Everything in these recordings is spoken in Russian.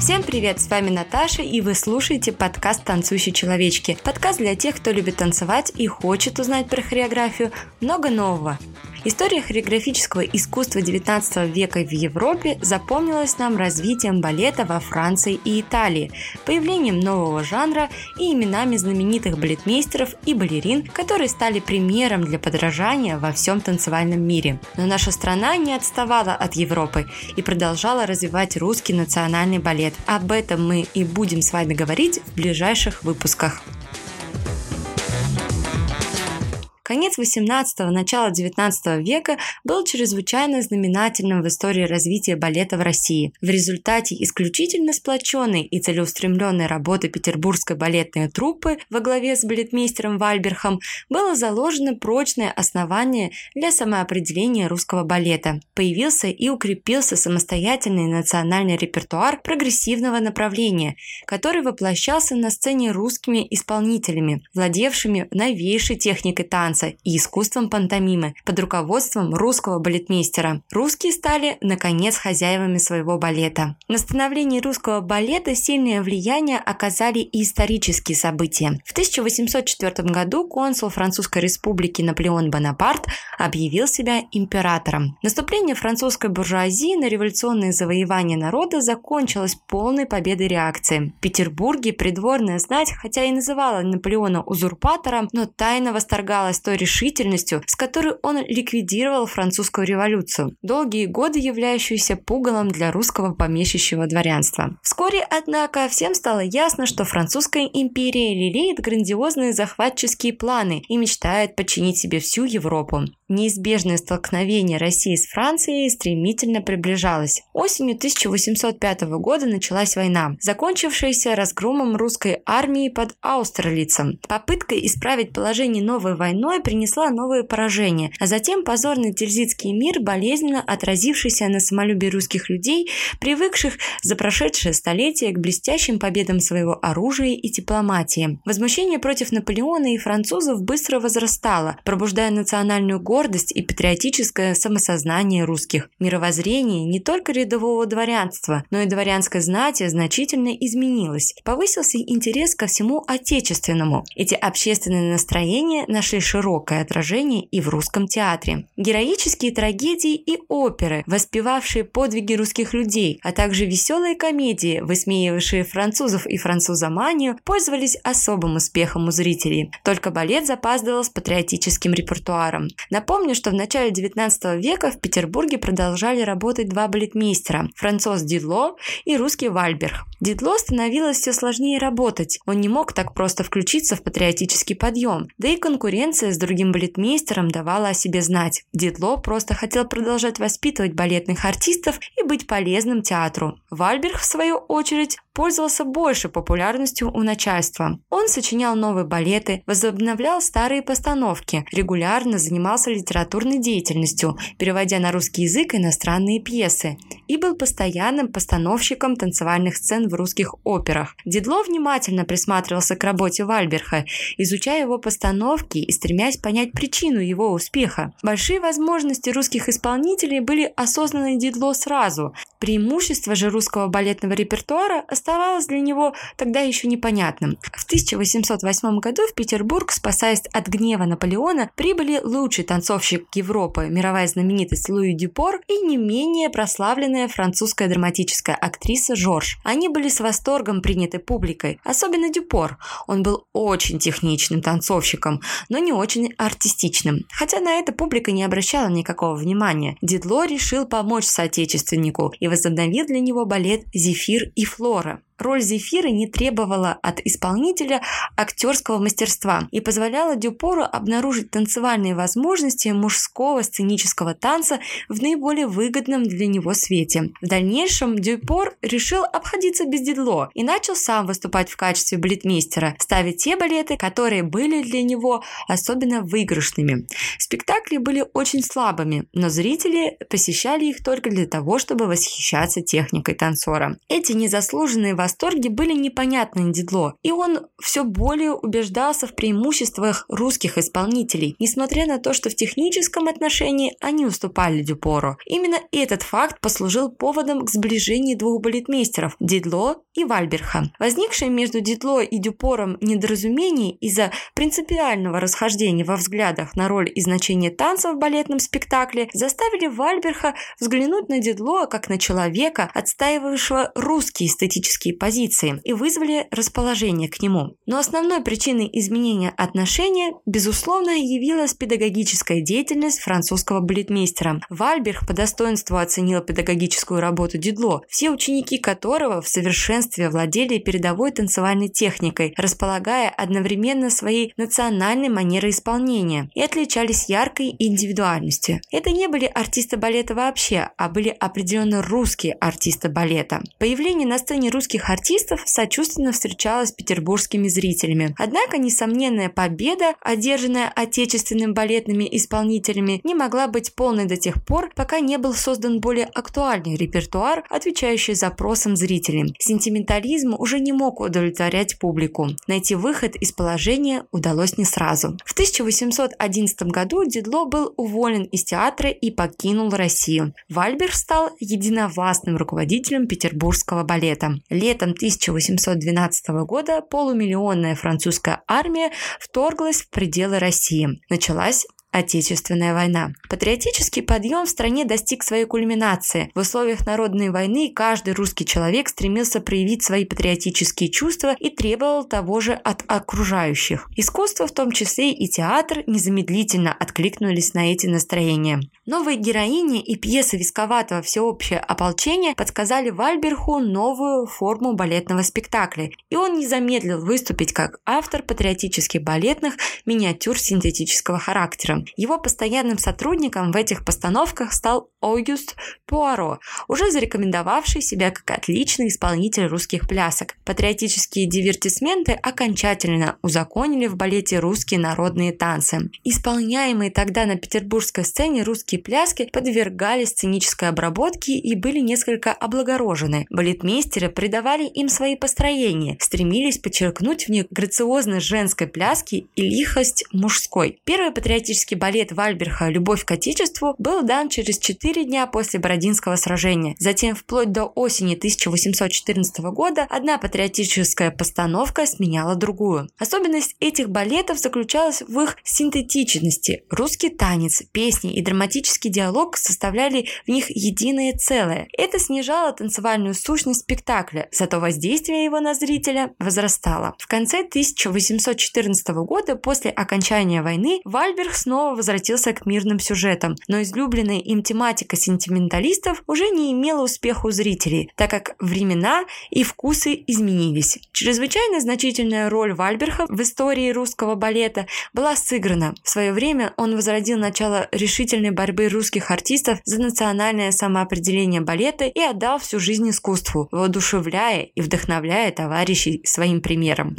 Всем привет, с вами Наташа, и вы слушаете подкаст «Танцующие человечки». Подкаст для тех, кто любит танцевать и хочет узнать про хореографию много нового. История хореографического искусства XIX века в Европе запомнилась нам развитием балета во Франции и Италии, появлением нового жанра и именами знаменитых балетмейстеров и балерин, которые стали примером для подражания во всем танцевальном мире. Но наша страна не отставала от Европы и продолжала развивать русский национальный балет. Об этом мы и будем с вами говорить в ближайших выпусках. Конец XVIII – начало XIX века был чрезвычайно знаменательным в истории развития балета в России. В результате исключительно сплоченной и целеустремленной работы петербургской балетной труппы во главе с балетмейстером Вальберхом было заложено прочное основание для самоопределения русского балета. Появился и укрепился самостоятельный национальный репертуар прогрессивного направления, который воплощался на сцене русскими исполнителями, владевшими новейшей техникой танца и искусством пантомимы под руководством русского балетмейстера. Русские стали, наконец, хозяевами своего балета. На становление русского балета сильное влияние оказали и исторические события. В 1804 году консул Французской республики Наполеон Бонапарт объявил себя императором. Наступление французской буржуазии на революционные завоевания народа закончилось полной победой реакции. В Петербурге придворная знать, хотя и называла Наполеона узурпатором, но тайно восторгалась той решительностью, с которой он ликвидировал французскую революцию, долгие годы являющуюся пугалом для русского помещичьего дворянства. Вскоре, однако, всем стало ясно, что французская империя лелеет грандиозные захватческие планы и мечтает подчинить себе всю Европу. Неизбежное столкновение России с Францией стремительно приближалось. Осенью 1805 года началась война, закончившаяся разгромом русской армии под Аустерлицем. Попытка исправить положение новой войной принесла новые поражения, а затем позорный Тильзитский мир, болезненно отразившийся на самолюбии русских людей, привыкших за прошедшее столетие к блестящим победам своего оружия и дипломатии. Возмущение против Наполеона и французов быстро возрастало, пробуждая национальную гордость и патриотическое самосознание русских. Мировоззрение не только рядового дворянства, но и дворянской знати значительно изменилось. Повысился интерес ко всему отечественному. Эти общественные настроения нашли широкое отражение и в русском театре. Героические трагедии и оперы, воспевавшие подвиги русских людей, а также веселые комедии, высмеивавшие французов и французоманию, пользовались особым успехом у зрителей. Только балет запаздывал с патриотическим репертуаром. Напомню, что в начале XIX века в Петербурге продолжали работать два балетмейстера – Франсуаз Дидло и русский Вальберх. Дидло становилось все сложнее работать. Он не мог так просто включиться в патриотический подъем, да и конкуренция с другим балетмейстером давала о себе знать. Дидло просто хотел продолжать воспитывать балетных артистов и быть полезным театру. Вальберх, в свою очередь, пользовался большей популярностью у начальства. Он сочинял новые балеты, возобновлял старые постановки, регулярно занимался литературной деятельностью, переводя на русский язык иностранные пьесы, и был постоянным постановщиком танцевальных сцен в русских операх. Дидло внимательно присматривался к работе Вальберха, изучая его постановки и стремясь понять причину его успеха. Большие возможности русских исполнителей были осознаны Дидло сразу. Преимущество же русского балетного репертуара оставалось для него тогда еще непонятным. В 1808 году в Петербург, спасаясь от гнева Наполеона, прибыли лучший танцовщик Европы, мировая знаменитость Луи Дюпор и не менее прославленная французская драматическая актриса Жорж. Они были с восторгом приняты публикой, особенно Дюпор. Он был очень техничным танцовщиком, но не очень артистичным. Хотя на это публика не обращала никакого внимания. Дидло решил помочь соотечественнику и возобновил для него балет «Зефир и Флора». Роль Зефира не требовала от исполнителя актерского мастерства и позволяла Дюпору обнаружить танцевальные возможности мужского сценического танца в наиболее выгодном для него свете. В дальнейшем Дюпор решил обходиться без Дидло и начал сам выступать в качестве балетмейстера, ставить те балеты, которые были для него особенно выигрышными. Спектакли были очень слабыми, но зрители посещали их только для того, чтобы восхищаться техникой танцора. Эти незаслуженные восторги восторге были непонятны Дидло, и он все более убеждался в преимуществах русских исполнителей, несмотря на то, что в техническом отношении они уступали Дюпору. Именно этот факт послужил поводом к сближению двух балетмейстеров – Дидло и Вальберха. Возникшее между Дидло и Дюпором недоразумение из-за принципиального расхождения во взглядах на роль и значение танца в балетном спектакле заставили Вальберха взглянуть на Дидло как на человека, отстаивающего русские эстетические позиции, и вызвали расположение к нему. Но основной причиной изменения отношения, безусловно, явилась педагогическая деятельность французского балетмейстера. Вальберх по достоинству оценил педагогическую работу Дидло, все ученики которого в совершенстве владели передовой танцевальной техникой, располагая одновременно своей национальной манерой исполнения и отличались яркой индивидуальностью. Это не были артисты балета вообще, а были определенно русские артисты балета. Появление на сцене русских артистов сочувственно встречалось петербургскими зрителями. Однако несомненная победа, одержанная отечественными балетными исполнителями, не могла быть полной до тех пор, пока не был создан более актуальный репертуар, отвечающий запросам зрителей. Сентиментализм уже не мог удовлетворять публику. Найти выход из положения удалось не сразу. В 1811 году Дидло был уволен из театра и покинул Россию. Вальберх стал единовластным руководителем петербургского балета. Летом 1812 года полумиллионная французская армия вторглась в пределы России. Началась Отечественная война. Патриотический подъем в стране достиг своей кульминации. В условиях народной войны каждый русский человек стремился проявить свои патриотические чувства и требовал того же от окружающих. Искусство, в том числе и театр, незамедлительно откликнулись на эти настроения. Новые героини и пьесы Висковатого «Всеобщее ополчение» подсказали Вальберху новую форму балетного спектакля, и он не замедлил выступить как автор патриотических балетных миниатюр синтетического характера. Его постоянным сотрудником в этих постановках стал Огюст Пуаро, уже зарекомендовавший себя как отличный исполнитель русских плясок. Патриотические дивертисменты окончательно узаконили в балете русские народные танцы. Исполняемые тогда на петербургской сцене русские пляски подвергались сценической обработке и были несколько облагорожены. Балетмейстеры придавали им свои построения, стремились подчеркнуть в них грациозность женской пляски и лихость мужской. Первый патриотический балет Вальберха «Любовь к Отечеству» был дан через 4 дня после Бородинского сражения. Затем, вплоть до осени 1814 года, одна патриотическая постановка сменяла другую. Особенность этих балетов заключалась в их синтетичности. Русский танец, песни и драматический диалог составляли в них единое целое. Это снижало танцевальную сущность спектакля, зато воздействие его на зрителя возрастало. В конце 1814 года, после окончания войны, Вальберх снова возвратился к мирным сюжетам, но излюбленная им тематика сентименталистов уже не имела успеха у зрителей, так как времена и вкусы изменились. Чрезвычайно значительная роль Вальберха в истории русского балета была сыграна. В свое время он возродил начало решительной борьбы русских артистов за национальное самоопределение балета и отдал всю жизнь искусству, воодушевляя и вдохновляя товарищей своим примером.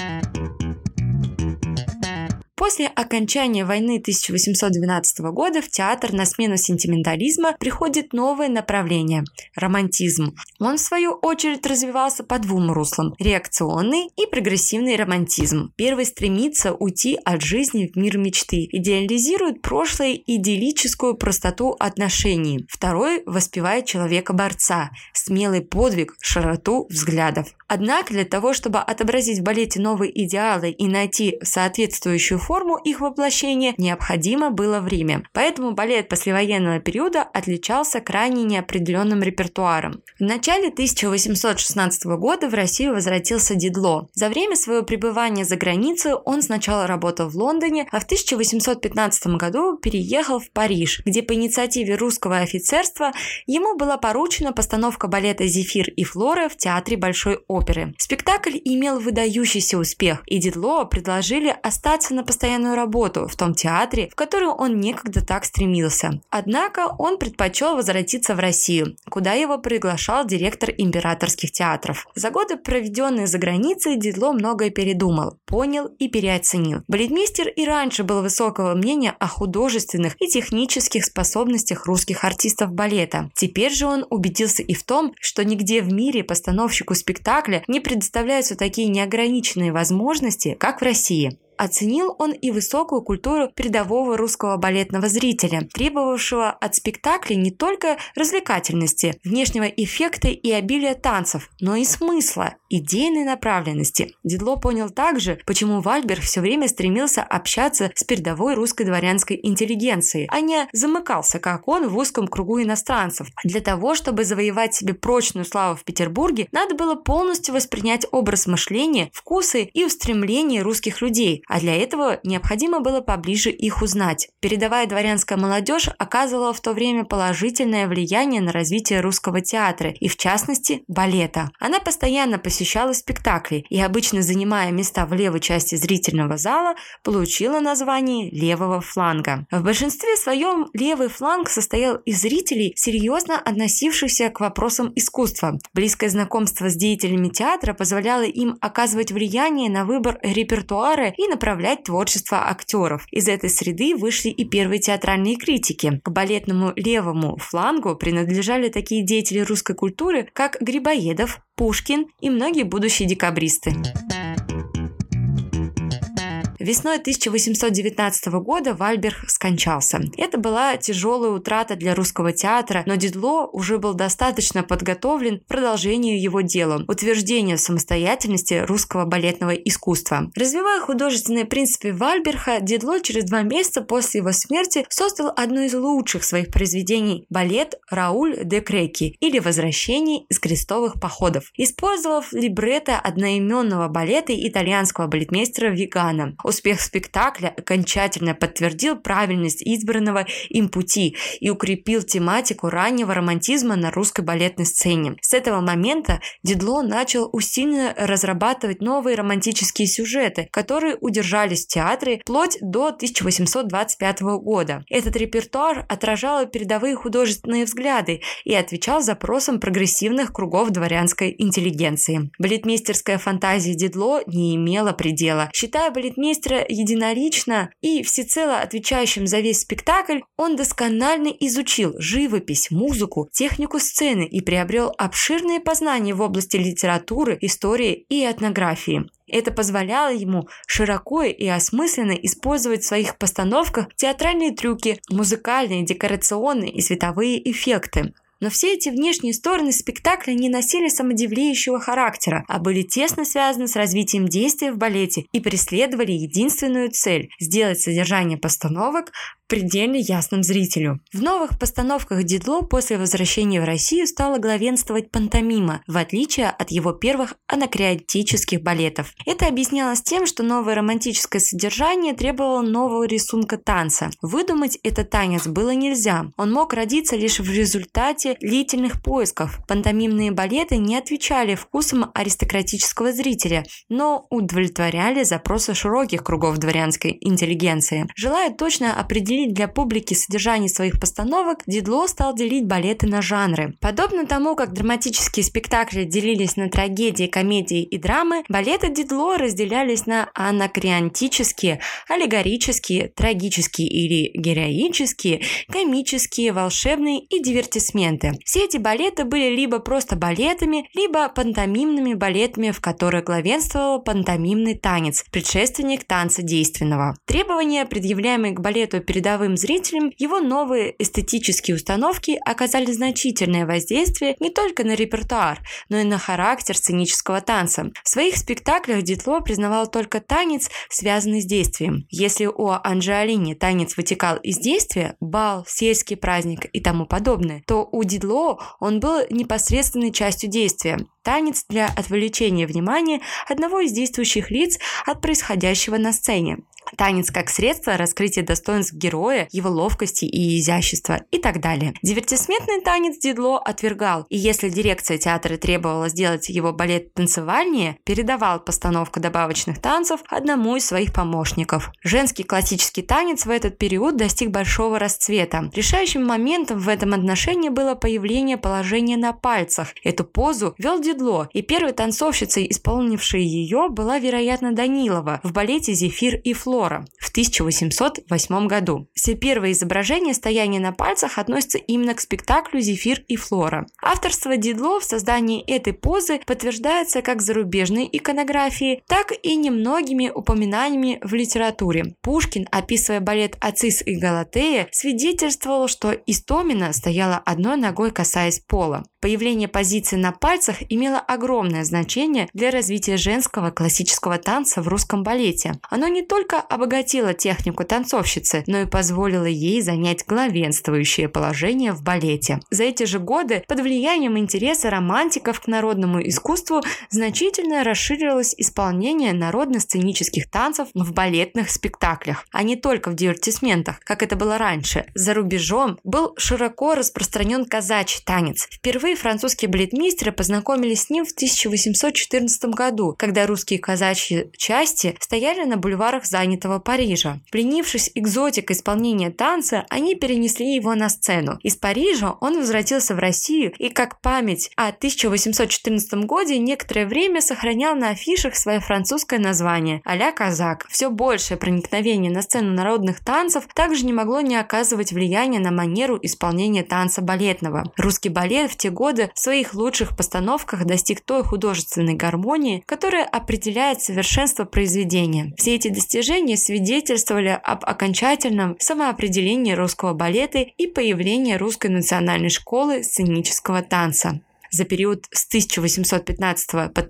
После окончания войны 1812 года в театр на смену сентиментализма приходит новое направление – романтизм. Он, в свою очередь, развивался по двум руслам – реакционный и прогрессивный романтизм. Первый стремится уйти от жизни в мир мечты, идеализирует прошлое и идиллическую простоту отношений. Второй воспевает человека-борца, смелый подвиг, широту взглядов. Однако для того, чтобы отобразить в балете новые идеалы и найти соответствующую форму их воплощения, необходимо было время. Поэтому балет послевоенного периода отличался крайне неопределенным репертуаром. В начале 1816 года в Россию возвратился Дидло. За время своего пребывания за границей он сначала работал в Лондоне, а в 1815 году переехал в Париж, где по инициативе русского офицерства ему была поручена постановка балета «Зефир и Флора» в Театре Большой оперы. Спектакль имел выдающийся успех, и Дидло предложили остаться на постановке постоянную работу в том театре, в который он некогда так стремился. Однако он предпочел возвратиться в Россию, куда его приглашал директор императорских театров. За годы, проведенные за границей, Дидло многое передумал, понял и переоценил. Балетмейстер и раньше был высокого мнения о художественных и технических способностях русских артистов балета. Теперь же он убедился и в том, что нигде в мире постановщику спектакля не предоставляются такие неограниченные возможности, как в России. Оценил он и высокую культуру передового русского балетного зрителя, требовавшего от спектакля не только развлекательности, внешнего эффекта и обилия танцев, но и смысла, идейной направленности. Дидло понял также, почему Вальберг все время стремился общаться с передовой русской дворянской интеллигенцией, а не замыкался, как он, в узком кругу иностранцев. Для того, чтобы завоевать себе прочную славу в Петербурге, надо было полностью воспринять образ мышления, вкусы и устремления русских людей, а для этого необходимо было поближе их узнать. Передовая дворянская молодежь оказывала в то время положительное влияние на развитие русского театра и, в частности, балета. Она постоянно посещала спектакли и, обычно занимая места в левой части зрительного зала, получила название «левого фланга». В большинстве своем левый фланг состоял из зрителей, серьезно относившихся к вопросам искусства. Близкое знакомство с деятелями театра позволяло им оказывать влияние на выбор репертуара и направлять творчество актеров. Из этой среды вышли и первые театральные критики. К балетному левому флангу принадлежали такие деятели русской культуры, как Грибоедов, Пушкин и многие будущие декабристы. Весной 1819 года Вальберг скончался. Это была тяжелая утрата для русского театра, но Дидло уже был достаточно подготовлен к продолжению его дела – утверждению самостоятельности русского балетного искусства. Развивая художественные принципы Вальберга, Дидло через 2 месяца после его смерти создал одно из лучших своих произведений – балет «Рауль де Креки» или «Возвращение из крестовых походов», использовав либретто одноименного балета итальянского балетмейстера Вигана. Успех спектакля окончательно подтвердил правильность избранного им пути и укрепил тематику раннего романтизма на русской балетной сцене. С этого момента Дидло начал усиленно разрабатывать новые романтические сюжеты, которые удержались в театре вплоть до 1825 года. Этот репертуар отражал передовые художественные взгляды и отвечал запросам прогрессивных кругов дворянской интеллигенции. Балетмейстерская фантазия Дидло не имела предела. Считая балетмейстера единолично и всецело отвечающим за весь спектакль, он досконально изучил живопись, музыку, технику сцены и приобрел обширные познания в области литературы, истории и этнографии. Это позволяло ему широко и осмысленно использовать в своих постановках театральные трюки, музыкальные, декорационные и световые эффекты. Но все эти внешние стороны спектакля не носили самодовлеющего характера, а были тесно связаны с развитием действия в балете и преследовали единственную цель – сделать содержание постановок предельно ясным зрителю. В новых постановках Дидло после возвращения в Россию стала главенствовать пантомима, в отличие от его первых анакреонтических балетов. Это объяснялось тем, что новое романтическое содержание требовало нового рисунка танца. Выдумать этот танец было нельзя. Он мог родиться лишь в результате длительных поисков. Пантомимные балеты не отвечали вкусам аристократического зрителя, но удовлетворяли запросы широких кругов дворянской интеллигенции. Желая точно определить для публики содержание своих постановок, Дидло стал делить балеты на жанры. Подобно тому, как драматические спектакли делились на трагедии, комедии и драмы, балеты Дидло разделялись на анакреонтические, аллегорические, трагические или героические, комические, волшебные и дивертисменты. Все эти балеты были либо просто балетами, либо пантомимными балетами, в которых главенствовал пантомимный танец, предшественник танца действенного. Требования, предъявляемые к балету передовым зрителям, его новые эстетические установки оказали значительное воздействие не только на репертуар, но и на характер сценического танца. В своих спектаклях Дидло признавал только танец, связанный с действием. Если у Анджиолини танец вытекал из действия, бал, сельский праздник и тому подобное, то у Дидло он был непосредственной частью действия. Танец для отвлечения внимания одного из действующих лиц от происходящего на сцене. Танец как средство раскрытия достоинств героя, его ловкости и изящества и так далее. Дивертисментный танец Дидло отвергал, и если дирекция театра требовала сделать его балет танцевальнее, передавал постановку добавочных танцев одному из своих помощников. Женский классический танец в этот период достиг большого расцвета. Решающим моментом в этом отношении было появление положения на пальцах. Эту позу вел Дидло, и первой танцовщицей, исполнившей ее, была, вероятно, Данилова в балете «Зефир и Флора» в 1808 году. Все первые изображения стояния на пальцах относятся именно к спектаклю «Зефир и Флора». Авторство Дидло в создании этой позы подтверждается как зарубежной иконографией, так и немногими упоминаниями в литературе. Пушкин, описывая балет «Ацис и Галатея», свидетельствовал, что Истомина стояла одной ногой, касаясь пола. Появление позиции на пальцах имело огромное значение для развития женского классического танца в русском балете. Оно не только обогатило технику танцовщицы, но и позволило ей занять главенствующее положение в балете. За эти же годы под влиянием интереса романтиков к народному искусству значительно расширилось исполнение народно-сценических танцев в балетных спектаклях, а не только в дивертисментах, как это было раньше. За рубежом был широко распространен казачий танец. Впервые французские балетмейстеры познакомились с ним в 1814 году, когда русские казачьи части стояли на бульварах занятого Парижа. Пленившись экзотикой исполнения танца, они перенесли его на сцену. Из Парижа он возвратился в Россию и, как память о 1814 году, некоторое время сохранял на афишах свое французское название а-ля казак. Все большее проникновение на сцену народных танцев также не могло не оказывать влияния на манеру исполнения танца балетного. Русский балет в те годы в своих лучших постановках достиг той художественной гармонии, которая определяет совершенство произведения. Все эти достижения свидетельствовали об окончательном самоопределении русского балета и появлении русской национальной школы сценического танца. За период с 1815 по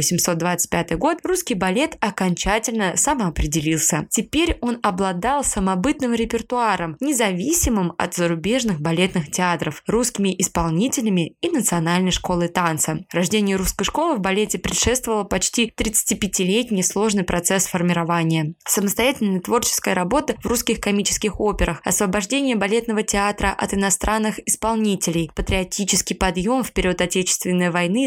1825 год русский балет окончательно самоопределился. Теперь он обладал самобытным репертуаром, независимым от зарубежных балетных театров, русскими исполнителями и национальной школой танца. Рождению русской школы в балете предшествовал почти 35-летний сложный процесс формирования. Самостоятельная творческая работа в русских комических операх, освобождение балетного театра от иностранных исполнителей, патриотический подъем в период Отечественной войны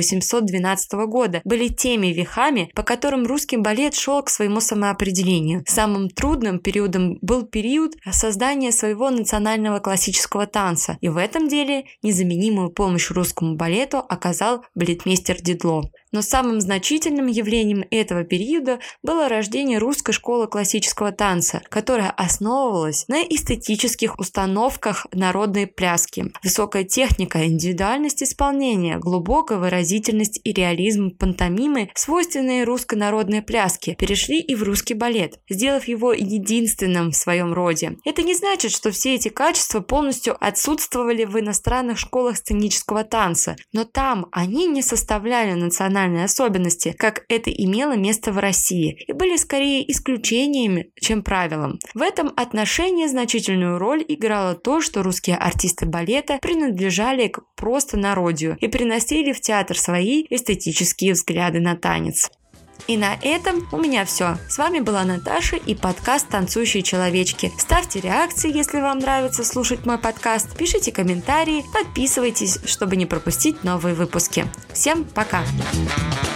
1812 года были теми вехами, по которым русский балет шел к своему самоопределению. Самым трудным периодом был период создания своего национального классического танца, и в этом деле незаменимую помощь русскому балету оказал балетмейстер Дидло. Но самым значительным явлением этого периода было рождение русской школы классического танца, которая основывалась на эстетических установках народной пляски. Высокая техника, индивидуальность исполнения, глубокая выразительность и реализм пантомимы, свойственные русской народной пляске, перешли и в русский балет, сделав его единственным в своем роде. Это не значит, что все эти качества полностью отсутствовали в иностранных школах сценического танца, но там они не составляли национальной особенности, как это имело место в России, и были скорее исключениями, чем правилом. В этом отношении значительную роль играло то, что русские артисты балета принадлежали к простонародью и приносили в театр свои эстетические взгляды на танец. И на этом у меня все. С вами была Наташа и подкаст «Танцующие человечки». Ставьте реакции, если вам нравится слушать мой подкаст. Пишите комментарии, подписывайтесь, чтобы не пропустить новые выпуски. Всем пока!